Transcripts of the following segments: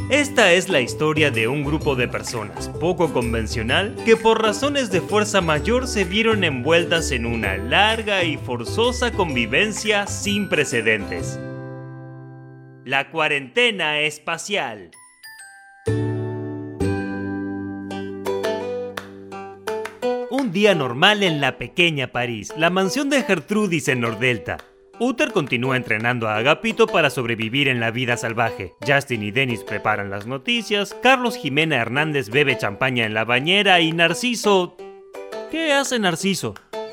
Esta es la historia de un grupo de personas poco convencional que por razones de fuerza mayor se vieron envueltas en una larga y forzosa convivencia sin precedentes. La cuarentena espacial. Un día normal en la pequeña París, la mansión de Gertrudis en Nordelta. Uther continúa entrenando a Agapito para sobrevivir en la vida salvaje. Justin y Dennis preparan las noticias, Carlos Jimena Hernández bebe champaña en la bañera y Narciso... ¿Qué hace Narciso?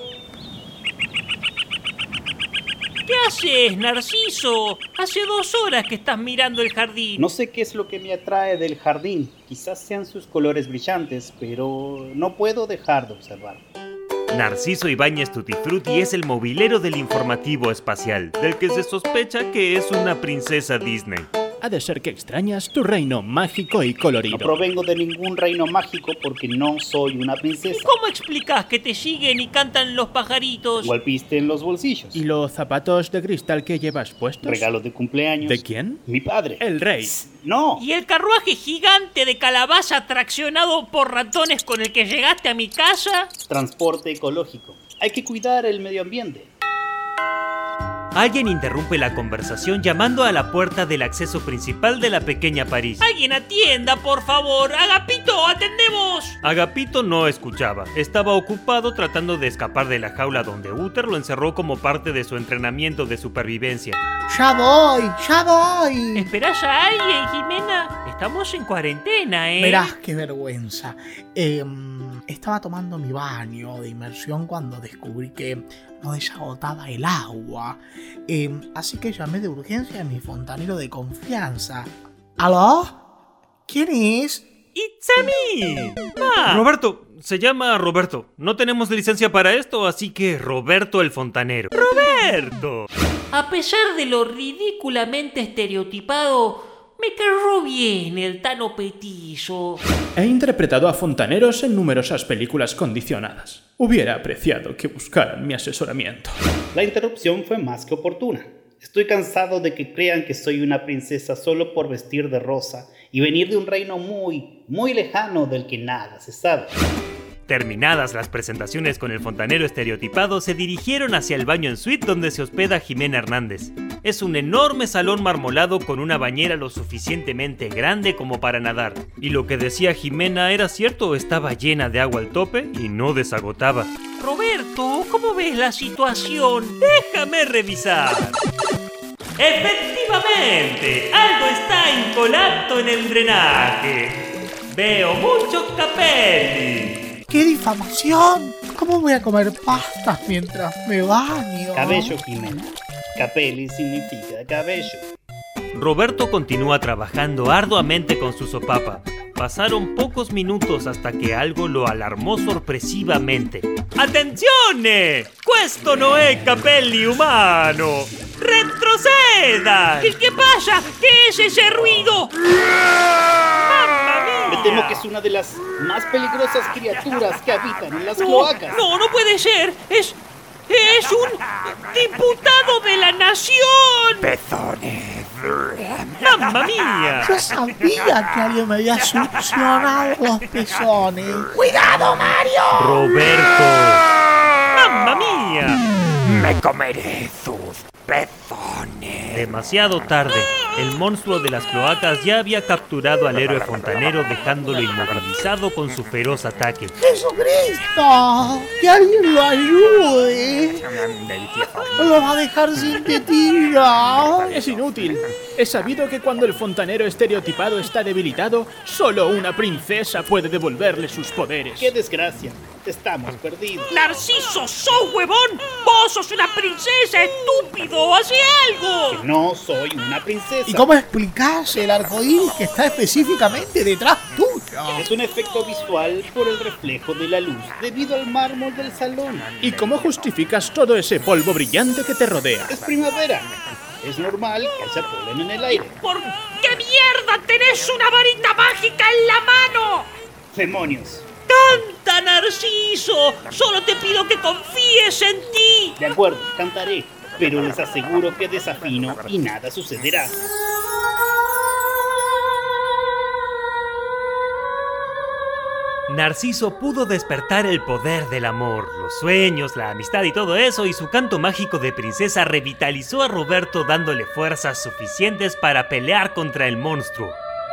¿Qué haces, Narciso? Hace 2 horas que estás mirando el jardín. No sé qué es lo que me atrae del jardín. Quizás sean sus colores brillantes, pero no puedo dejar de observar. Narciso Ibáñez Tutti Frutti es el movilero del informativo espacial, del que se sospecha que es una princesa Disney. Ha de ser que extrañas tu reino mágico y colorido. No provengo de ningún reino mágico porque no soy una princesa. ¿Y cómo explicas que te siguen y cantan los pajaritos? Golpiste en los bolsillos. ¿Y los zapatos de cristal que llevas puestos? Regalo de cumpleaños. ¿De quién? Mi padre. El rey. No. ¿Y el carruaje gigante de calabaza traccionado por ratones con el que llegaste a mi casa? Transporte ecológico. Hay que cuidar el medio ambiente. Alguien interrumpe la conversación llamando a la puerta del acceso principal de la pequeña París. ¡Alguien atienda, por favor! ¡Agapito, atendemos! Agapito no escuchaba. Estaba ocupado tratando de escapar de la jaula donde Uther lo encerró como parte de su entrenamiento de supervivencia. ¡Ya voy! ¿Esperás a alguien, Jimena? Estamos en cuarentena, ¿eh? Verás qué vergüenza. Estaba tomando mi baño de inmersión cuando descubrí que no desagotaba el agua. Así que llamé de urgencia a mi fontanero de confianza. ¿Aló? ¿Quién es? ¡It's a me! Roberto, se llama Roberto. No tenemos licencia para esto, así que Roberto el fontanero. ¡Roberto! A pesar de lo ridículamente estereotipado, me cayó bien el Tano Petizo. He interpretado a fontaneros en numerosas películas condicionadas. Hubiera apreciado que buscaran mi asesoramiento. La interrupción fue más que oportuna. Estoy cansado de que crean que soy una princesa solo por vestir de rosa y venir de un reino muy, muy lejano del que nada se sabe. Terminadas las presentaciones con el fontanero estereotipado, se dirigieron hacia el baño en suite donde se hospeda Jimena Hernández. Es un enorme salón marmolado con una bañera lo suficientemente grande como para nadar. Y lo que decía Jimena era cierto, estaba llena de agua al tope y no desagotaba. Roberto, ¿cómo ves la situación? ¡Déjame revisar! ¡Efectivamente! Algo está incolapso en el drenaje. Veo muchos capelli. ¡Qué difamación! ¿Cómo voy a comer pastas mientras me baño? Cabello, Jimena. Capelli significa cabello. Roberto continúa trabajando arduamente con su sopapa. Pasaron pocos minutos hasta que algo lo alarmó sorpresivamente. ¡Attenzione! ¡Questo no è capelli umano! ¡Retroceda! ¿Qué pasa? ¿Qué es ese ruido? Me temo que es una de las más peligrosas criaturas que habitan en las cloacas. No puede ser. Es un diputado de la nación. ¡Pezones! ¡Mamma mía! Yo sabía que alguien me había succionado los pezones. ¡Cuidado, Mario! ¡Roberto! ¡Mamma mía! ¡Me comeré sus pezones! Demasiado tarde. El monstruo de las cloacas ya había capturado al héroe fontanero dejándolo inmovilizado con su feroz ataque. ¡Jesucristo! ¡Que alguien lo ayude! ¡Lo va a dejar sin tetilla! Es inútil. He sabido que cuando el fontanero estereotipado está debilitado, solo una princesa puede devolverle sus poderes. ¡Qué desgracia! Estamos perdidos. ¡Narciso, sos huevón! ¡Vos sos una princesa, estúpido! ¡Hace algo! Que no soy una princesa. ¿Y cómo explicás el arcoíris que está específicamente detrás tuyo? Es un efecto visual por el reflejo de la luz debido al mármol del salón. ¿Y cómo justificas todo ese polvo brillante que te rodea? Es primavera. Es normal que haya polen en el aire. ¿Por qué mierda tenés una varita mágica en la mano? ¡Demonios! ¡Canta, Narciso! Solo te pido que confíes en ti. De acuerdo, cantaré, pero les aseguro que desafino y nada sucederá. Narciso pudo despertar el poder del amor, los sueños, la amistad y todo eso, y su canto mágico de princesa revitalizó a Roberto dándole fuerzas suficientes para pelear contra el monstruo.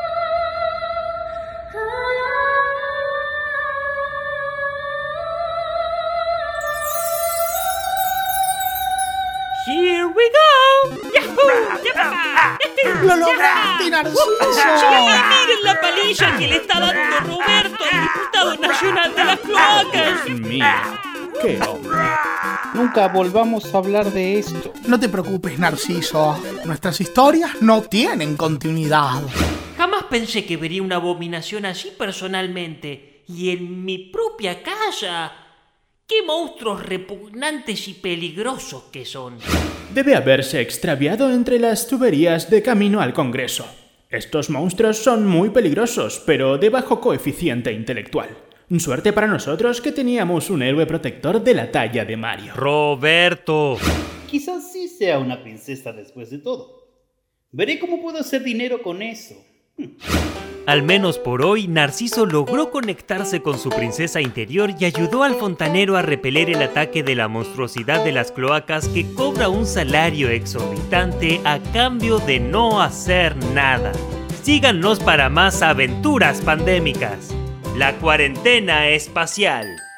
Here we go. ¡Yahoo! ¡Yahoo! ¡Lo lograste, Narciso! ¡Miren la paliza que le está dando Roberto al diputado nacional de las cloacas! Mira, qué hombre. Nunca volvamos a hablar de esto. No te preocupes, Narciso. Nuestras historias no tienen continuidad. Jamás pensé que vería una abominación así personalmente. Y en mi propia casa. ¡Qué monstruos repugnantes y peligrosos que son! Debe haberse extraviado entre las tuberías de camino al Congreso. Estos monstruos son muy peligrosos, pero de bajo coeficiente intelectual. Suerte para nosotros que teníamos un héroe protector de la talla de Mario. ¡Roberto! Quizás sí sea una princesa después de todo. Veré cómo puedo hacer dinero con eso. Al menos por hoy, Narciso logró conectarse con su princesa interior y ayudó al fontanero a repeler el ataque de la monstruosidad de las cloacas que cobra un salario exorbitante a cambio de no hacer nada. Síganos para más aventuras pandémicas. La cuarentena espacial.